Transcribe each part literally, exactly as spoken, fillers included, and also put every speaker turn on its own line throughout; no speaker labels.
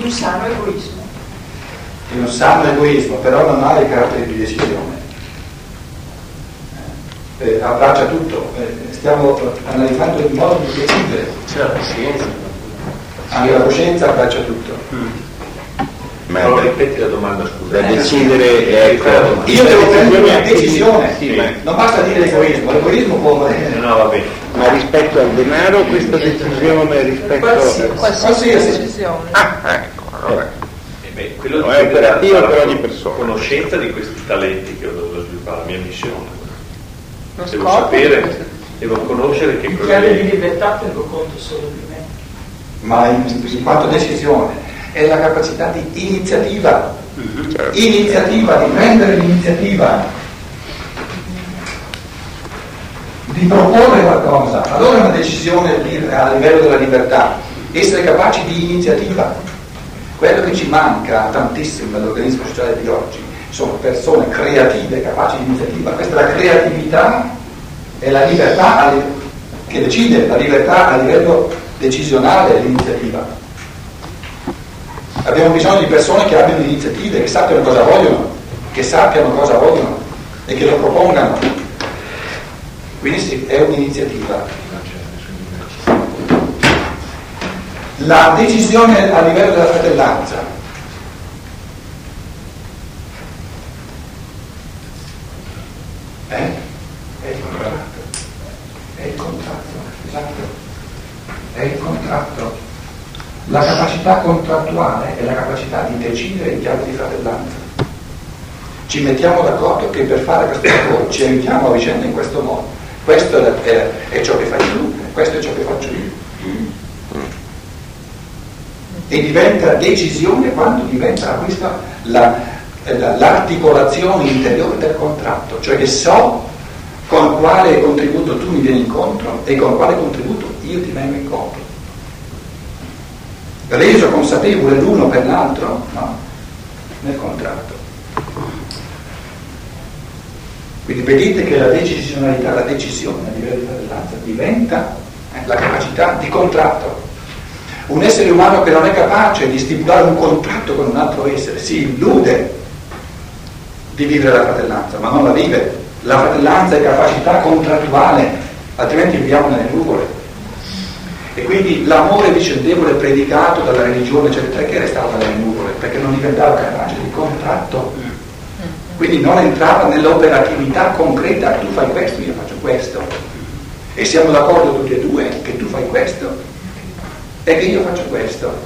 un sano egoismo.
Di un sano egoismo, però non ha i caratteri di decisione. Eh, abbraccia tutto, eh, stiamo analizzando il modo di decidere.
C'è la coscienza.
Anche la coscienza abbraccia tutto.
Mm.
Però ripeti la domanda, scusa.
Da decidere è ecco,
io devo prendere una decisione,
sì, ma...
non basta dire egoismo, l'egoismo può
no, va bene.
Ma rispetto al denaro questa decisione rispetto
qualsiasi, qualsiasi
decisione.
Ah, ecco, allora.
Eh beh, quello
No, è operativo per ogni persona.
Conoscenza di questi talenti che ho dovuto sviluppare, la mia missione.
Lo
Devo
scopo
sapere, devo conoscere che
in
cosa
chiave
è.
di libertà tengo conto solo di me.
ma in, in quanto decisione è la capacità di iniziativa,
Certo.
iniziativa, di prendere l'iniziativa, di proporre qualcosa. Allora è una decisione a livello della libertà, essere capaci di iniziativa. Quello che ci manca tantissimo nell'organismo sociale di oggi sono persone creative, capaci di iniziativa. Questa è la creatività e la libertà che decide, la libertà a livello decisionale, l'iniziativa. Abbiamo bisogno di persone che abbiano iniziative, che sappiano cosa vogliono, che sappiano cosa vogliono e che lo propongano. Quindi sì, è un'iniziativa. La decisione a livello della fratellanza. Eh? È il contratto. È il contratto, esatto. È il contratto. La capacità contrattuale è la capacità di decidere in chiave di fratellanza. Ci mettiamo d'accordo che per fare questo lavoro ci aiutiamo a vicenda in questo modo. Questo è, è, è ciò che fai tu, questo è ciò che faccio io. E diventa decisione quando diventa questa la, la, l'articolazione interiore del contratto, cioè che so con quale contributo tu mi vieni incontro e con quale contributo io ti vengo incontro. Reso consapevole l'uno per l'altro, no? Nel contratto. Quindi vedete che la decisionalità, la decisione a livello di fratellanza diventa eh, la capacità di contratto. Un essere umano che non è capace di stipulare un contratto con un altro essere si illude di vivere la fratellanza, ma non la vive. La fratellanza è capacità contrattuale, altrimenti viviamo nelle nuvole. E quindi l'amore vicendevole predicato dalla religione, cioè perché restava nelle nuvole? Perché non diventava capace di contratto. Quindi non entrava nell'operatività concreta, tu fai questo, io faccio questo. E siamo d'accordo tutti e due che tu fai questo e che io faccio questo.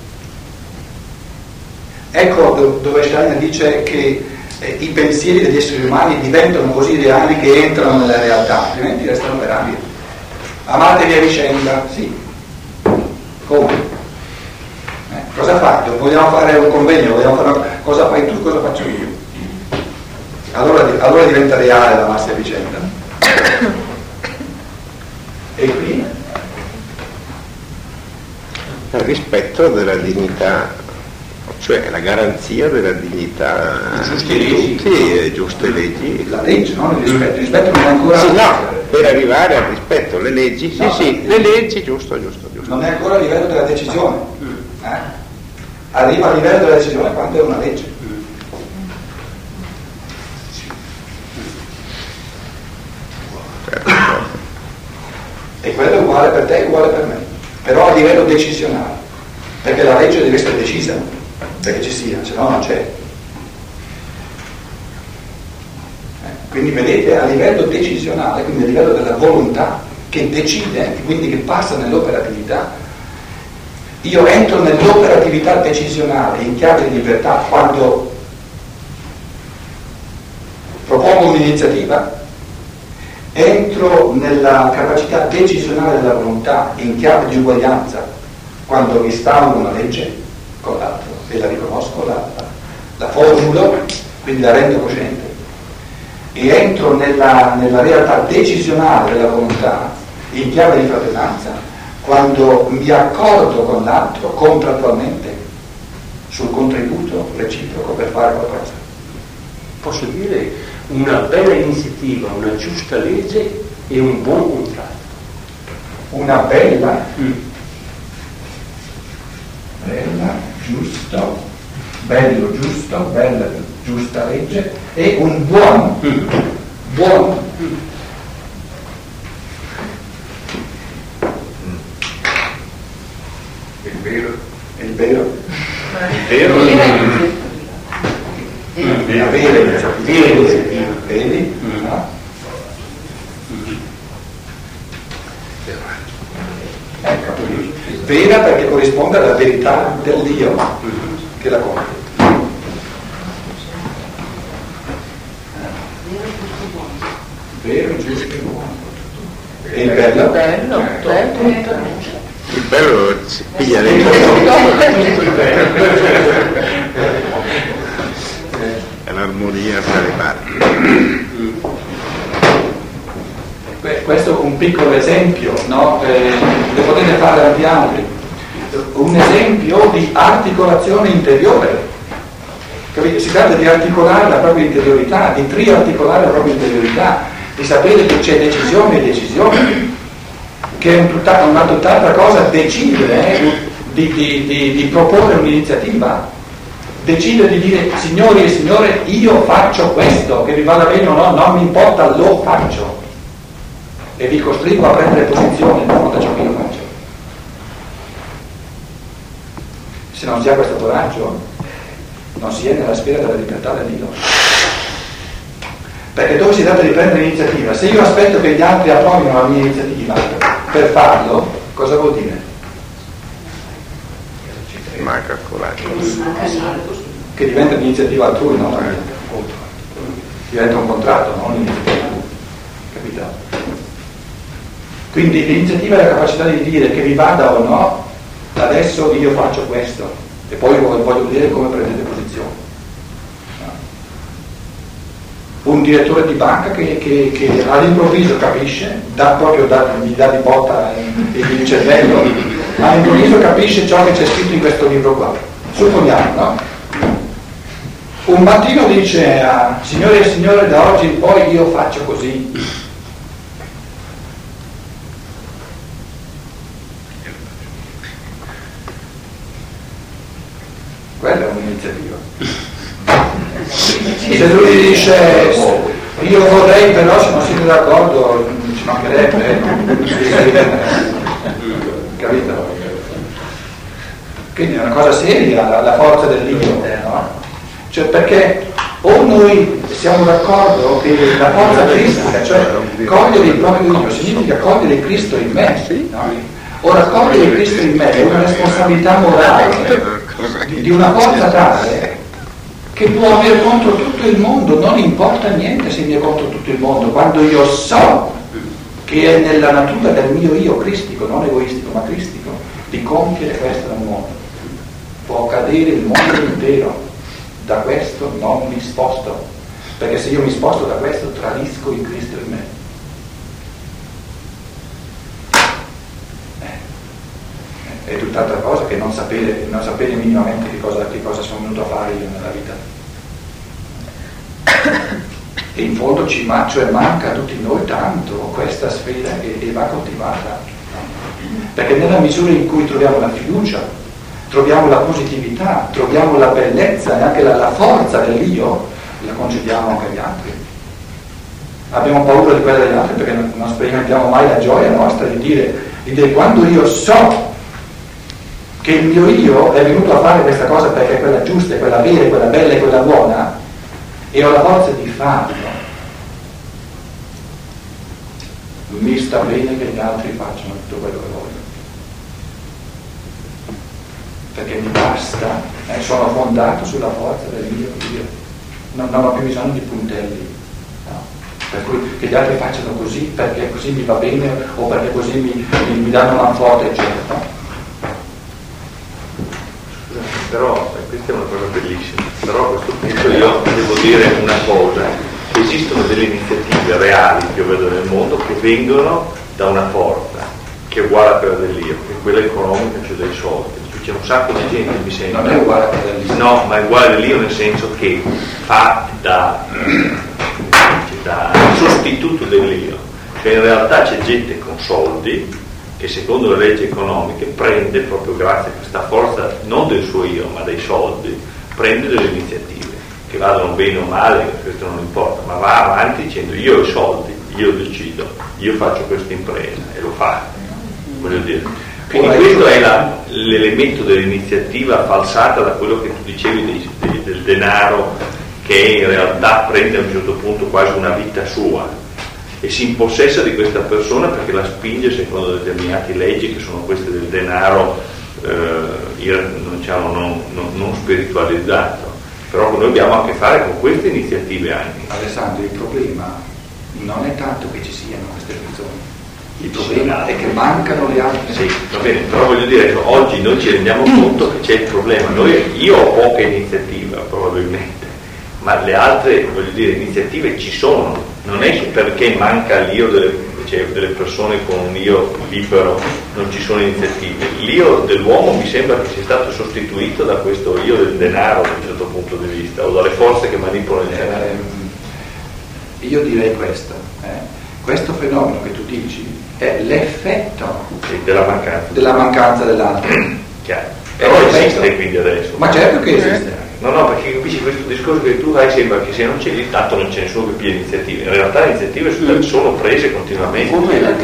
Ecco dove Steiner dice che eh, i pensieri degli esseri umani diventano così reali che entrano nella realtà, altrimenti restano per aria. Amatevi a vicenda, sì. Come? Eh, cosa fai? Vogliamo fare un convegno, vogliamo fare una... cosa fai tu, cosa faccio io? Allora, allora diventa reale l'amarsi a vicenda. E qui?
Il rispetto della dignità, cioè la garanzia della dignità
giuste
di
leggi.
tutti e giuste leggi.
La legge, no? Il rispetto, il rispetto non è ancora...
Sì, no, per arrivare al rispetto, le leggi, sì,
No,
sì, le leggi, giusto, giusto, giusto.
Non è ancora a livello della decisione. Eh? Arriva a livello della decisione quando è una legge.
Certo.
E quello è uguale per te e uguale per me. Però a livello decisionale. Perché la legge deve essere decisa, perché ci sia, se no non c'è. Eh, quindi vedete, a livello decisionale, quindi a livello della volontà, che decide, quindi che passa nell'operatività, io entro nell'operatività decisionale in chiave di libertà quando propongo un'iniziativa, entro nella capacità decisionale della volontà in chiave di uguaglianza quando instauro una legge con l'altro e la riconosco, la, la, la formulo, quindi la rendo cosciente, e entro nella, nella realtà decisionale della volontà in chiave di fratellanza quando mi accordo con l'altro contrattualmente sul contributo reciproco per fare qualcosa.
Posso dire una bella iniziativa, una giusta legge e un buon contratto.
Una bella,
Mm.
bella, giusto, bello giusto, bella giusta legge, e un buon, buon.
Il vero.
Il vero.
Il vero
La vera iniziativa. Vedi? No? Ecco, vera perché corrisponde alla verità dell'io che la compie. Vero, giusto e buono. E il bello?
Bello, bello.
Il bello si piglia dentro. È l'armonia tra le parti.
Questo è un piccolo esempio, no? Eh, ne potete fare tanti altri. Un esempio di articolazione interiore. Capite? Si tratta di articolare la propria interiorità, di triarticolare la propria interiorità, di sapere che c'è decisione e decisione, che è un tutta, una tutt'altra cosa decidere eh, di, di, di, di proporre un'iniziativa, decidere di dire signori e signore io faccio questo, che vi vada bene o no, non mi importa, lo faccio. E vi costringo a prendere posizione di fronte a ciò che io faccio. Se non si ha questo coraggio, non si è nella sfera della libertà del Dio. Perché dove si tratta di prendere iniziativa, se io aspetto che gli altri approvino la mia iniziativa per farlo, cosa vuol dire?
Manca il coraggio.
Che diventa l'iniziativa altrui, no? Diventa un contratto, non un'iniziativa. Capito? Quindi l'iniziativa è la capacità di dire che vi vada o no, adesso io faccio questo e poi voglio vedere come prendete posizione. Un direttore di banca che, che, che all'improvviso capisce, dà proprio da, gli dà di botta il cervello, all'improvviso capisce ciò che c'è scritto in questo libro qua. Supponiamo, no? Un mattino dice a signore e signore, da oggi in poi io faccio così. Quella è un'iniziativa. Se lui dice io vorrei, però se non siete d'accordo ci mancherebbe, capito? Quindi è una cosa seria la, la forza dell'io, no? Cioè perché o noi siamo d'accordo che la forza cristica, cioè cogliere il proprio io significa cogliere Cristo in me, no? Ora cogliere Cristo in me è una responsabilità morale di, di una forza tale che può avere contro tutto il mondo, non importa niente se mi è contro tutto il mondo, quando io so che è nella natura del mio io cristico, non egoistico ma cristico, di compiere questo nel mondo. Può cadere il mondo intero, da questo non mi sposto, perché se io mi sposto da questo tradisco il Cristo in me. È tutt'altra cosa che non sapere, non sapere minimamente che cosa, che cosa sono venuto a fare io nella vita. E in fondo ci ma, cioè manca a tutti noi tanto questa sfera e, e va coltivata. Perché nella misura in cui troviamo la fiducia, troviamo la positività, troviamo la bellezza e anche la, la forza dell'io, la concediamo anche agli altri. Abbiamo paura di quella degli altri perché non, non sperimentiamo mai la gioia nostra di dire, di dire quando io so che il mio io è venuto a fare questa cosa perché è quella giusta, è quella vera, è quella bella, è quella buona, e ho la forza di farlo, mi sta bene che gli altri facciano tutto quello che vogliono, perché mi basta, eh, sono fondato sulla forza del mio io, non, non ho più bisogno di puntelli, no? Per cui che gli altri facciano così perché così mi va bene o perché così mi, mi, mi danno una forte, eccetera. No?
Però questa è una cosa bellissima, però a questo punto io devo dire una cosa, esistono delle iniziative reali che io vedo nel mondo che vengono da una forza che è uguale a quella dell'io, che è quella economica, cioè dei soldi. C'è un sacco di gente che mi sembra.
Non è uguale a quella dell'io.
No, ma è uguale all'io nel senso che fa da, da sostituto dell'io. Cioè in realtà c'è gente con soldi che secondo le leggi economiche prende, proprio grazie a questa forza non del suo io ma dei soldi, prende delle iniziative che vadano bene o male, questo non importa, ma va avanti dicendo io ho i soldi, io decido, io faccio questa impresa e lo fa, voglio dire. Quindi questo è la, l'elemento dell'iniziativa falsata da quello che tu dicevi dei, dei, del denaro, che in realtà prende a un certo punto quasi una vita sua e si impossessa di questa persona perché la spinge secondo determinate leggi che sono queste del denaro eh, diciamo, non, non, non spiritualizzato. Però noi abbiamo a che fare con queste iniziative anche.
Alessandro, il problema non è tanto che ci siano queste persone, il problema è che mancano le altre.
Sì, va bene, però voglio dire, oggi noi ci rendiamo conto che c'è il problema. Noi, io ho poche iniziative probabilmente, ma le altre, voglio dire, iniziative ci sono. Non è che perché manca l'io delle, cioè, delle persone con un io libero non ci sono iniziative. L'io dell'uomo mi sembra che sia stato sostituito da questo io del denaro da un certo punto di vista, o dalle forze che manipolano il denaro.
Eh, io direi questo, eh. Questo fenomeno che tu dici è l'effetto
sì, della mancanza
della mancanza dell'altro.
Chiaro. Però esiste quindi adesso.
Ma certo che esiste.
No, no, perché capisci questo discorso che tu hai, sembra che se non c'è lì, tanto non c'è nessuno che piglia iniziative. In realtà le iniziative sono, sono prese continuamente.
Come la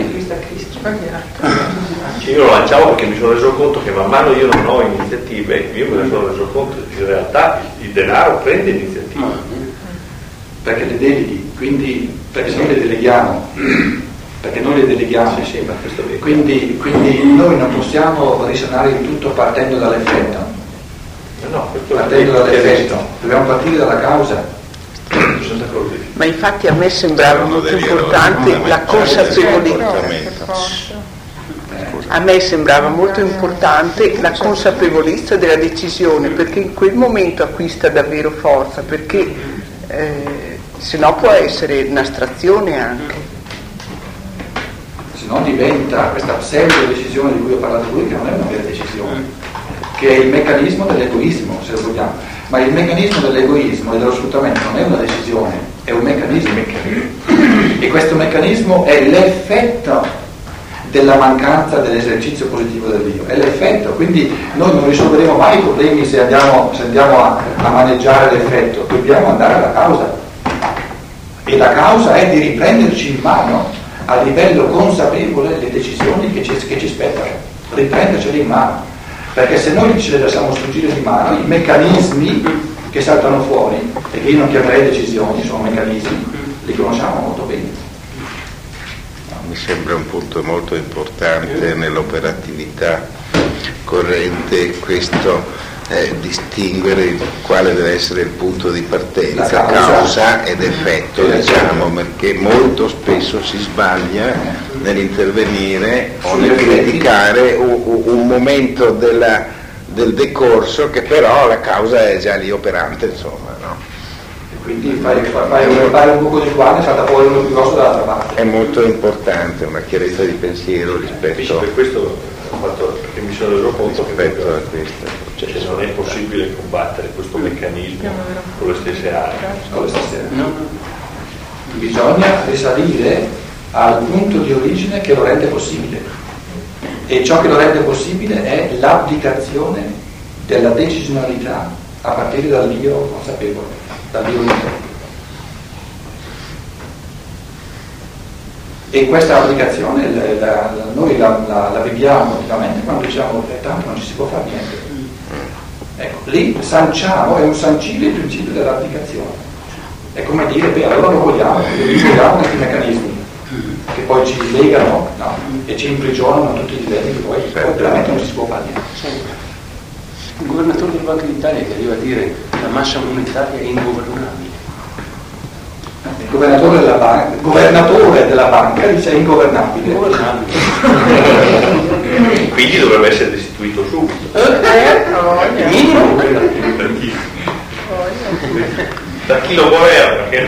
Io lo lanciavo perché mi sono reso conto che man mano io non ho iniziative, io me ne sono reso conto che in realtà il denaro prende iniziative.
Perché le deleghi, quindi perché noi le deleghiamo, perché noi le deleghiamo,
sì, sì, ma questo è
quindi, quindi noi non possiamo risanare il tutto partendo dall'effetto,
no,
partendo dall'effetto, dobbiamo partire dalla causa.
Ma infatti a me sembrava molto importante la consapevolezza. A me sembrava molto importante la consapevolezza della decisione, perché in quel momento acquista davvero forza, perché eh, se no può essere un'astrazione anche.
Se no diventa questa pseudo decisione di cui ho parlato lui, che non è una vera decisione, che è il meccanismo dell'egoismo, se vogliamo. Ma il meccanismo dell'egoismo e dello sfruttamento non è una decisione, è un meccanismo. E questo meccanismo è l'effetto della mancanza dell'esercizio positivo del Dio, è l'effetto, quindi noi non risolveremo mai i problemi se andiamo, se andiamo a, a maneggiare l'effetto, dobbiamo andare alla causa. E la causa è di riprenderci in mano a livello consapevole le decisioni che ci, che ci spettano, riprendercele in mano, perché se noi ce le lasciamo sfuggire di mano, i meccanismi che saltano fuori, e che io non chiamerei decisioni, sono meccanismi, li conosciamo molto bene.
Mi sembra un punto molto importante nell'operatività corrente questo eh, distinguere quale deve essere il punto di partenza, causa. causa ed effetto, diciamo, perché molto spesso si sbaglia nell'intervenire o nel criticare un, un momento della, del decorso che però la causa è già lì operante, insomma, no?
Quindi fai, fai, fai un buco di guardia e salta fuori uno più grosso dall'altra parte.
È molto importante una chiarezza di pensiero rispetto
per questo ho fatto, perché mi sono reso conto
rispetto
che
a questo.
Cioè, non è possibile combattere questo meccanismo con le stesse armi.
Con le stesse armi. No. Bisogna risalire al punto di origine che lo rende possibile. E ciò che lo rende possibile è l'abdicazione della decisionalità a partire dal Dio consapevole. E questa applicazione la, la, noi la, la, la viviamo ultimamente quando diciamo che tanto non ci si può fare niente. Ecco, lì sanciamo, è un sancire il principio dell'applicazione. È come dire, beh, allora lo vogliamo, vogliamo questi meccanismi che poi ci legano, no, e ci imprigionano a tutti i livelli che poi, poi veramente non ci si può fare niente.
Il governatore della Banca d'Italia che arriva a dire la massa monetaria è ingovernabile.
Il governatore della banca, governatore della banca dice è ingovernabile.
Ingovernabile.
Quindi dovrebbe essere destituito subito.
Eh, no,
minimo.
Per chi? Da chi lo governa, che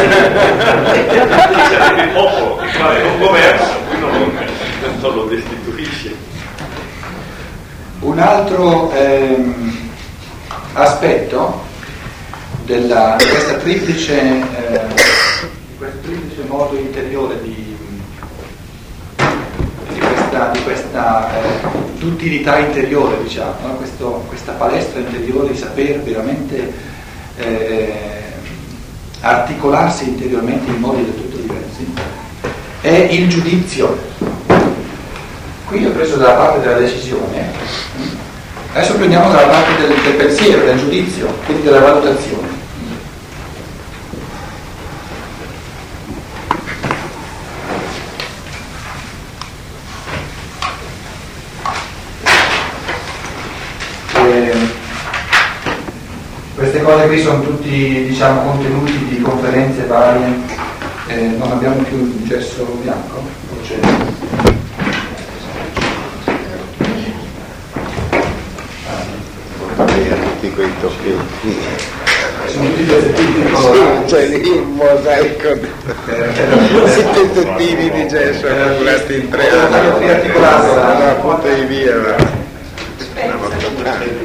sarebbe il popolo che fa, non governa, non lo destituisce.
Un altro ehm, aspetto della, di questa triplice eh, di questo triplice modo interiore di, di questa questa, di questa eh, d'utilità interiore, diciamo, no? Questo, questa palestra interiore di saper veramente eh, articolarsi interiormente in modi del tutto diversi, è il giudizio. Qui ho preso dalla parte della decisione, adesso prendiamo dalla parte del, del pensiero, del giudizio, quindi della valutazione. Queste cose qui sono tutti, diciamo, contenuti di conferenze varie, eh, non abbiamo più il gesso bianco? O c'è?
Tutti quei tocchetti.
Sono tutti pezzettini di
Sì,
colorati.
c'è lì un mosaico di pezzettini di gesso accumulati in tre
Era
anni.
triarticolato,
Da punta di via. va. Una volta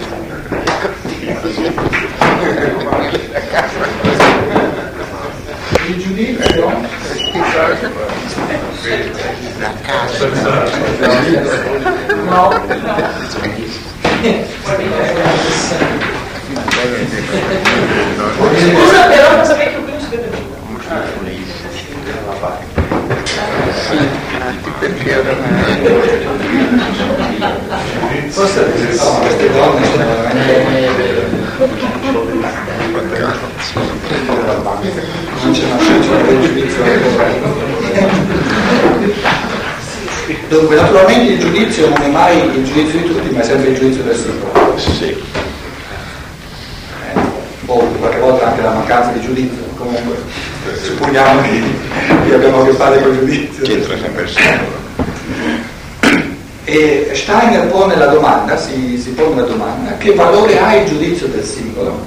Il giudizio
la casa.
No. Scusa, però non sapevi che qui non si vede più.
forse no, queste donne sono veramente non c'è una scienza del giudizio. Dunque, naturalmente il giudizio non è mai il giudizio di tutti, ma è sempre il giudizio del singolo.
Sì.
Eh, o qualche volta anche la mancanza di giudizio, comunque supponiamo che, che abbiamo a che fare con il giudizio.
C'entra sempre il singolo.
E Steiner pone la domanda, si, si pone la domanda, che valore ha il giudizio del singolo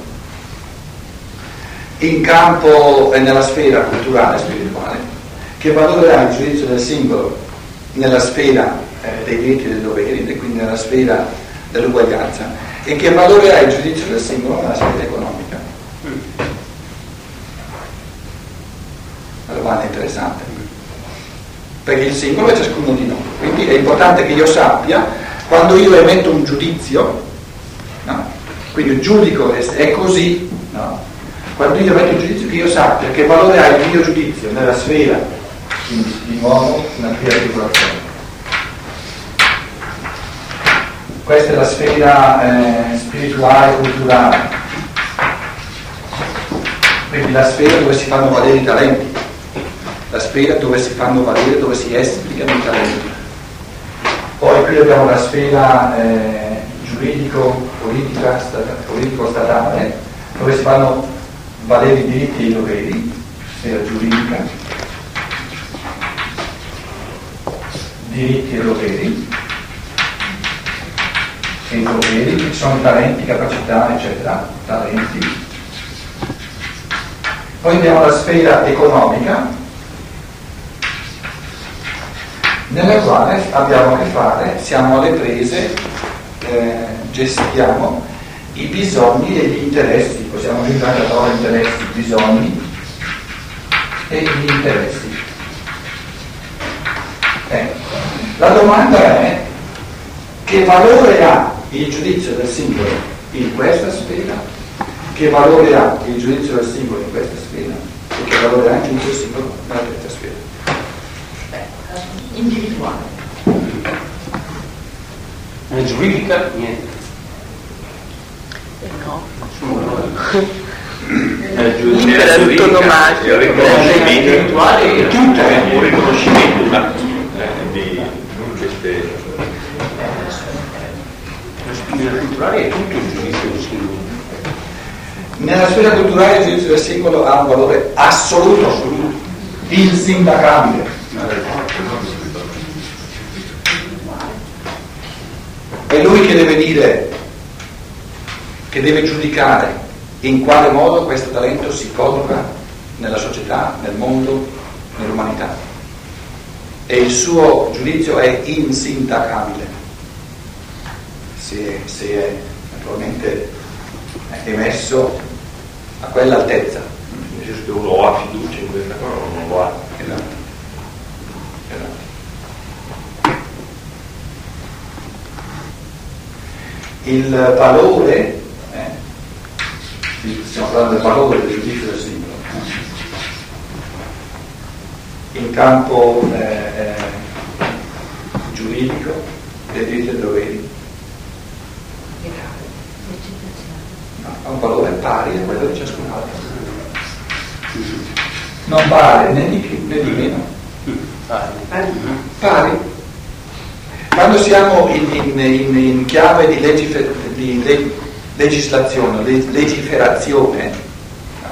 in campo e nella sfera culturale e spirituale, che valore ha il giudizio del singolo nella sfera eh, dei diritti e dei doveri, e quindi nella sfera dell'uguaglianza, e che valore ha il giudizio del singolo nella sfera economica. Una domanda interessante, perché il singolo è ciascuno di noi, quindi è importante che io sappia, quando io emetto un giudizio, no? Quindi giudico, è così, no? Quando io emetto un giudizio, che io sappia che valore ha il mio giudizio nella sfera, quindi di nuovo una triarticolazione. Questa è la sfera eh, spirituale, culturale, quindi la sfera dove si fanno valere i talenti, la sfera dove si fanno valere, dove si esplicano i talenti. Poi qui abbiamo la sfera eh, giuridico-politica, stata, politico-statale, dove si fanno valere i diritti e i doveri, sfera giuridica, diritti e doveri, e i doveri, che sono talenti, capacità, eccetera, talenti. Poi abbiamo la sfera economica, nella quale abbiamo a che fare, siamo alle prese, eh, gestiamo i bisogni e gli interessi, possiamo utilizzare la parola interessi, bisogni e gli interessi. Eh, la domanda è: che valore ha il giudizio del singolo in questa sfera? Che valore ha il giudizio del singolo in questa sfera? E che valore ha il giudizio del singolo nella terza sfera?
Individuale.
Nella giuridica niente.
No.
Libera
antonomasia.
il riconoscimento
Intellettuale è tutto,
è un riconoscimento una, eh, di queste
nella culturale è tutto il giudizio del singolo.
Nella sfera culturale il giudizio del singolo ha un valore assoluto, assoluto, insindacabile. È lui che deve dire, che deve giudicare in quale modo questo talento si colloca nella società, nel mondo, nell'umanità. E il suo giudizio è insindacabile, se, se è naturalmente emesso a quell'altezza.
nel senso che uno ha fiducia in questa cosa o non lo ha.
Esatto. Esatto. il valore, eh, stiamo parlando del valore del giudizio del singolo, eh, in campo eh, eh, giuridico dei diritti e dei doveri, no, ha un valore pari a quello di ciascun altro, non vale né di più né di meno, pari. Quando siamo in, in, in, in chiave di, legif- di leg- legislazione, leg- legiferazione, no?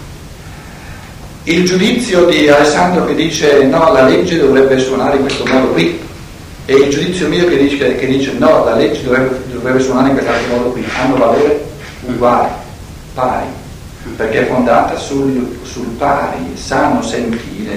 Il giudizio di Alessandro che dice no, la legge dovrebbe suonare in questo modo qui, e il giudizio mio che dice, che dice no, la legge dovrebbe, dovrebbe suonare in quest'altro modo qui, hanno valore uguale, pari, perché è fondata sul, sul pari, sano sentire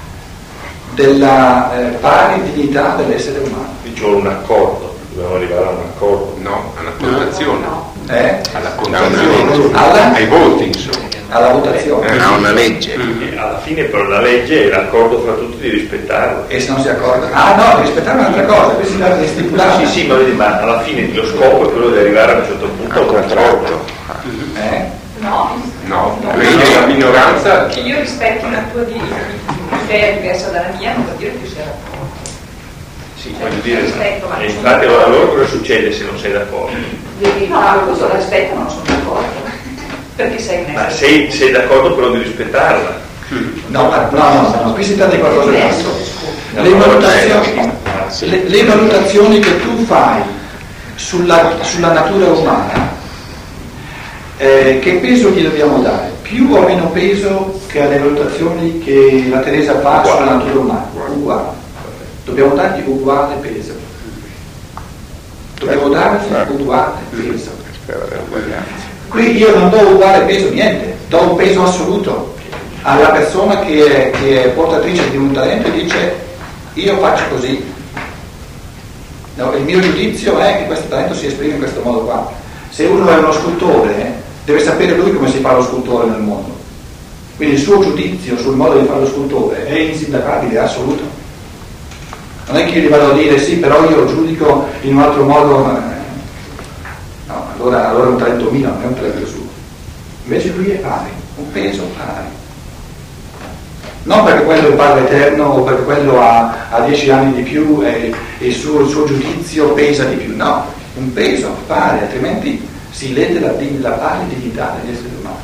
della eh, pari dignità dell'essere umano.
C'è un accordo, dobbiamo arrivare a un accordo.
No, alla contazione.
Eh?
Alla contazione.
Alla?
Ai voti, insomma.
Alla votazione.
Eh, a una legge.
E alla fine però la legge è l'accordo fra tutti di rispettarla.
E se non si accorda? Ah no, di rispettare un'altra cosa, quindi si deve stipulare.
Sì, sì, ma, vedi, ma alla fine lo scopo è quello di arrivare a un certo punto
Al
a un
contratto.
Eh?
No,
No,
no,
vedi la minoranza.
che io rispetti una tua di- idea diversa dalla mia non vuol dire che sia d'accordo.
Sì, voglio dire,
Rispetto, ma
e
non
infatti
sono
allora cosa succede se non sei d'accordo?
Devi fare questo rispetto, ma non sono d'accordo. Perché sei un
Ma
essere
sei, sei d'accordo però di rispettarla?
No, ma- no, no, no, no, qui si tratta di qualcosa di diverso.
No,
Le
no,
valutazioni,
no, sì.
le, le valutazioni che tu fai sulla, sulla natura umana, eh, che peso gli dobbiamo dare? Più o meno peso che alle valutazioni che la Teresa fa
Uguale.
sulla natura umana? Uguale. Dobbiamo dargli uguale peso. Dobbiamo dargli uguale peso. Qui io non do uguale peso niente, do un peso assoluto alla persona che è, che è portatrice di un talento e dice io faccio così. No, il mio giudizio è che questo talento si esprime in questo modo qua. Se uno è uno scultore, deve sapere lui come si fa lo scultore nel mondo. Quindi il suo giudizio sul modo di fare lo scultore è insindacabile, è assoluto. Non è che io gli vado a dire sì, però io giudico in un altro modo. No, allora, allora è un talento mio, non è un talento suo. Invece lui è pari, un peso pari. Non perché quello è il Padre Eterno o perché quello ha, ha dieci anni di più e, e il, suo, il suo giudizio pesa di più, no, un peso pari, altrimenti si lede la, la pari dignità degli esseri umani.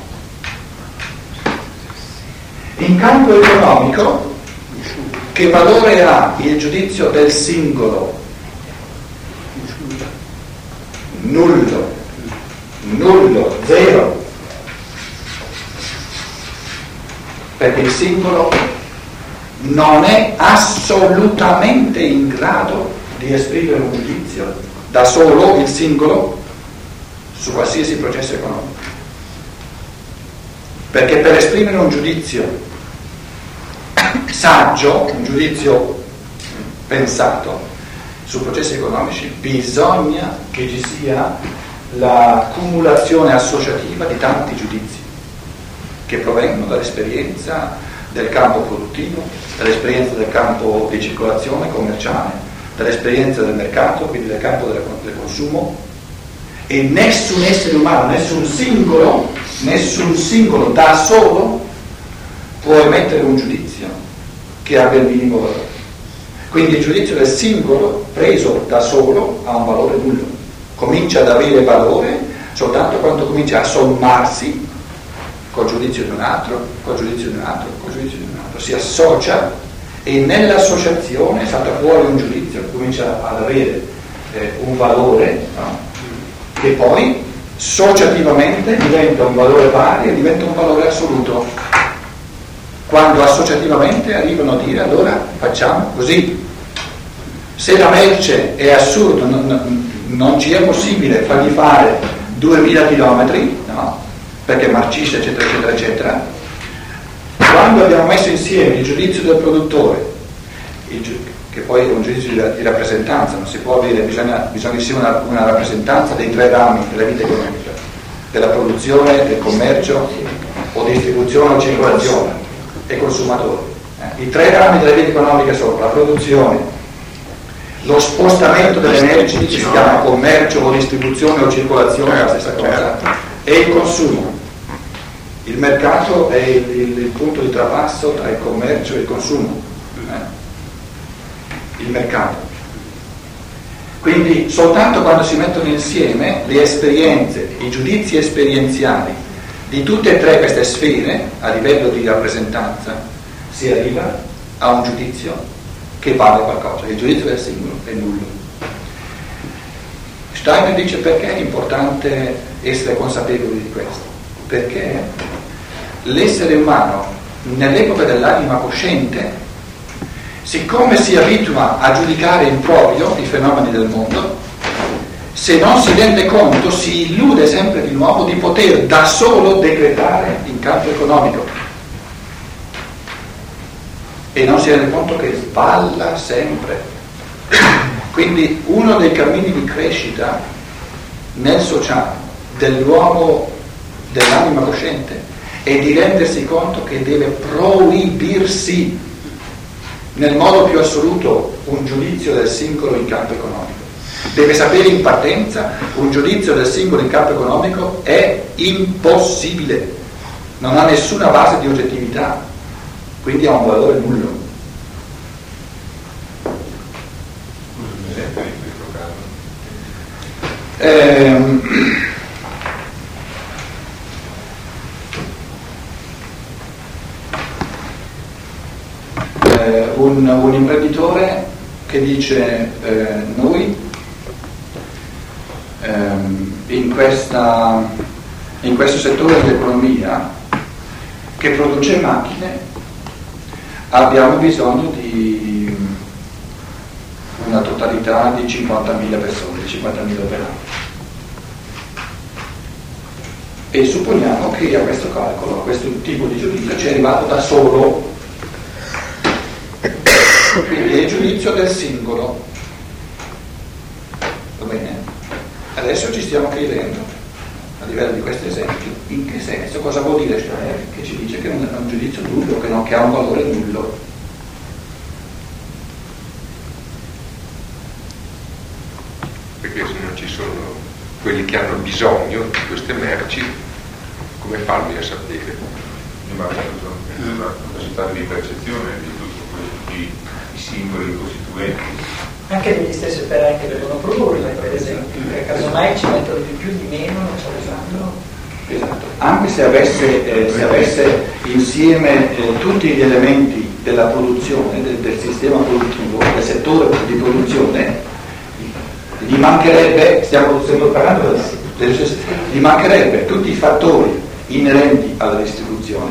In campo economico, che valore ha il giudizio del singolo? Nullo, nullo, zero. Perché il singolo non è assolutamente in grado di esprimere un giudizio da solo, il singolo, su qualsiasi processo economico. Perché per esprimere un giudizio saggio, un giudizio pensato su processi economici, bisogna che ci sia la cumulazione associativa di tanti giudizi che provengono dall'esperienza del campo produttivo, dall'esperienza del campo di circolazione commerciale, dall'esperienza del mercato, quindi del campo del, del consumo, e nessun essere umano, nessun singolo, nessun singolo da solo può emettere un giudizio che abbia il minimo valore. Quindi il giudizio del singolo preso da solo ha un valore nullo, comincia ad avere valore soltanto quando comincia a sommarsi col giudizio di un altro, col giudizio di un altro, col giudizio di un altro, si associa e nell'associazione salta fuori un giudizio che comincia ad avere eh, un valore, no? Che poi associativamente diventa un valore pari e diventa un valore assoluto. Quando associativamente arrivano a dire allora facciamo così. Se la merce è assurdo, non, non ci è possibile fargli fare duemila chilometri, no? Perché marcisce eccetera eccetera eccetera. Quando abbiamo messo insieme il giudizio del produttore, il giu- che poi è un giudizio di, di rappresentanza, non si può avere, bisogna, bisogna che sia una, una rappresentanza dei tre rami della vita economica, della produzione, del commercio o distribuzione o circolazione e consumatori. Eh, I tre rami della vita economica sono la produzione, lo spostamento delle merci, che si chiama commercio o distribuzione o circolazione, è la stessa cosa, e il consumo. Il mercato è il, il, il punto di trapasso tra il commercio e il consumo, eh? Il mercato. Quindi soltanto quando si mettono insieme le esperienze, i giudizi esperienziali di tutte e tre queste sfere a livello di rappresentanza, si arriva a un giudizio che vale qualcosa. Il giudizio del singolo è nullo. Steiner dice perché è importante essere consapevoli di questo. Perché l'essere umano nell'epoca dell'anima cosciente, siccome si abitua a giudicare improprio i fenomeni del mondo, se non si rende conto si illude sempre di nuovo di poter da solo decretare in campo economico e non si rende conto che sballa sempre. Quindi uno dei cammini di crescita nel sociale dell'uomo, dell'anima cosciente, è di rendersi conto che deve proibirsi nel modo più assoluto un giudizio del singolo in campo economico. Deve sapere in partenza un giudizio del singolo in campo economico è impossibile, non ha nessuna base di oggettività, quindi ha un valore nullo. Ehm, eh, un, un imprenditore che dice eh, noi ehm, in, questa, in questo settore dell'economia che produce macchine abbiamo bisogno di una totalità di cinquantamila persone, di cinquantamila operai. E supponiamo che a questo calcolo, a questo tipo di giudizio ci è arrivato da solo. Quindi è il giudizio del singolo. Va bene? Adesso ci stiamo chiedendo, a livello di questi esempi, in che senso, cosa vuol dire Steiner, che ci dice che non è un giudizio nullo, che, non, che ha un valore nullo.
Perché se non ci sono quelli che hanno bisogno di queste merci, come farli a sapere?
Ma la capacità di percezione di tutti questi i singoli costituenti.
Anche degli stessi operai che devono produrre, per esempio, che casomai ci mettono di più, di meno, non ce le fanno.
Esatto. Anche se avesse, eh, se avesse insieme eh, tutti gli elementi della produzione, del, del sistema produttivo, del settore di produzione, gli mancherebbe, stiamo, stiamo parlando del, del, gli mancherebbe tutti i fattori inerenti alla distribuzione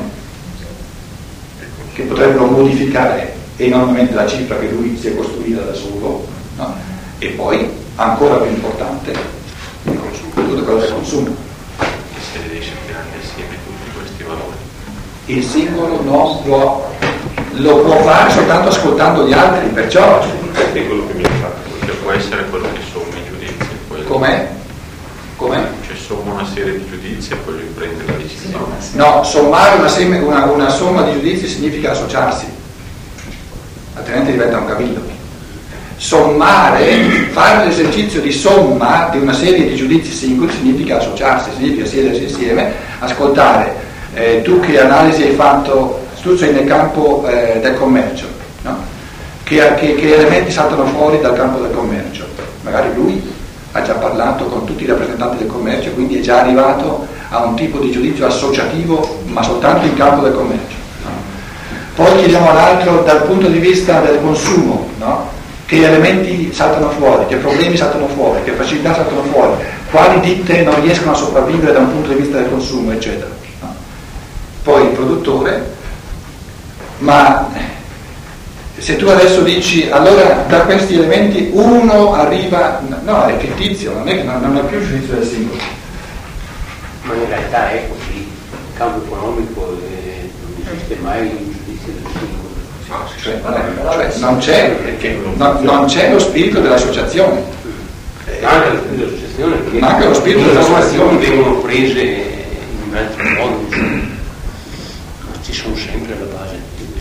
che potrebbero modificare enormemente la cifra che lui si è costruita da solo, no? E poi, ancora più importante, il consumo, tutto quello del consumo.
Che se ne riesce a tirare insieme tutti questi valori.
Il singolo non lo, lo può fare soltanto ascoltando gli altri, perciò...
È quello che mi ha fatto, cioè può essere quello che somma i giudizi. Poi
com'è? Com'è?
Cioè somma una serie di giudizi e poi lui prende la decisione.
No, sommare una, seme, una, una somma di giudizi significa associarsi, altrimenti diventa un cavillo. Sommare, fare l'esercizio di somma di una serie di giudizi singoli significa associarsi, significa sedersi insieme, ascoltare. Eh, tu che analisi hai fatto, tu sei nel campo eh, del commercio, no? che, che, che elementi saltano fuori dal campo del commercio? Magari lui ha già parlato con tutti i rappresentanti del commercio, quindi è già arrivato a un tipo di giudizio associativo, ma soltanto in campo del commercio. No? Poi chiediamo all'altro dal punto di vista del consumo, no? Che elementi saltano fuori, che problemi saltano fuori, che facilità saltano fuori, quali ditte non riescono a sopravvivere da un punto di vista del consumo, eccetera. No? Poi il produttore, ma se tu adesso dici allora da questi elementi uno arriva, no, è fittizio, non è che non, non è più il giudizio del singolo.
Ma in realtà è così, in campo economico eh, non esiste mai un giudizio del singolo.
Cioè, cioè, non, c'è, non, non c'è lo spirito dell'associazione.
Manca lo spirito dell'associazione, perché
manca lo spirito
le
dell'associazione.
vengono prese in un altro modo, insomma. Ci sono sempre alla base di questo.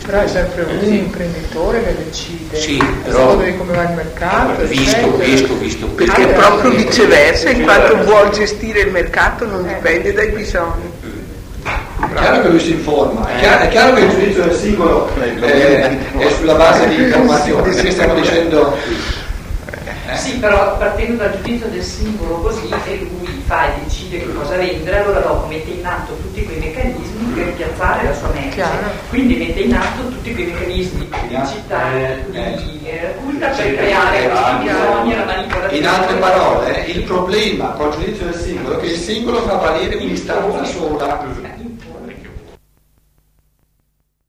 Però è sempre un imprenditore che decide,
Sì,
a
però-
seconda di come va il mercato,
Visto,
eccetera.
visto, visto.
Perché è proprio viceversa, in quanto vuol gestire il mercato non dipende dai bisogni.
È chiaro che lui si informa, è chiaro, è chiaro che il giudizio del singolo eh, è sulla base di informazioni, perché stiamo dicendo... eh,
Sì, però partendo dal giudizio del singolo così, e lui fa e decide che cosa vendere, allora dopo mette in atto tutti quei meccanismi per piazzare la sua merce.
Chiaro.
Quindi mette in atto tutti quei meccanismi di pubblicità,
Eh,
di eh, culta per creare questi bisogni e la manipolazione.
In altre parole, il problema col giudizio del singolo è che il singolo fa valere un'istanza sola.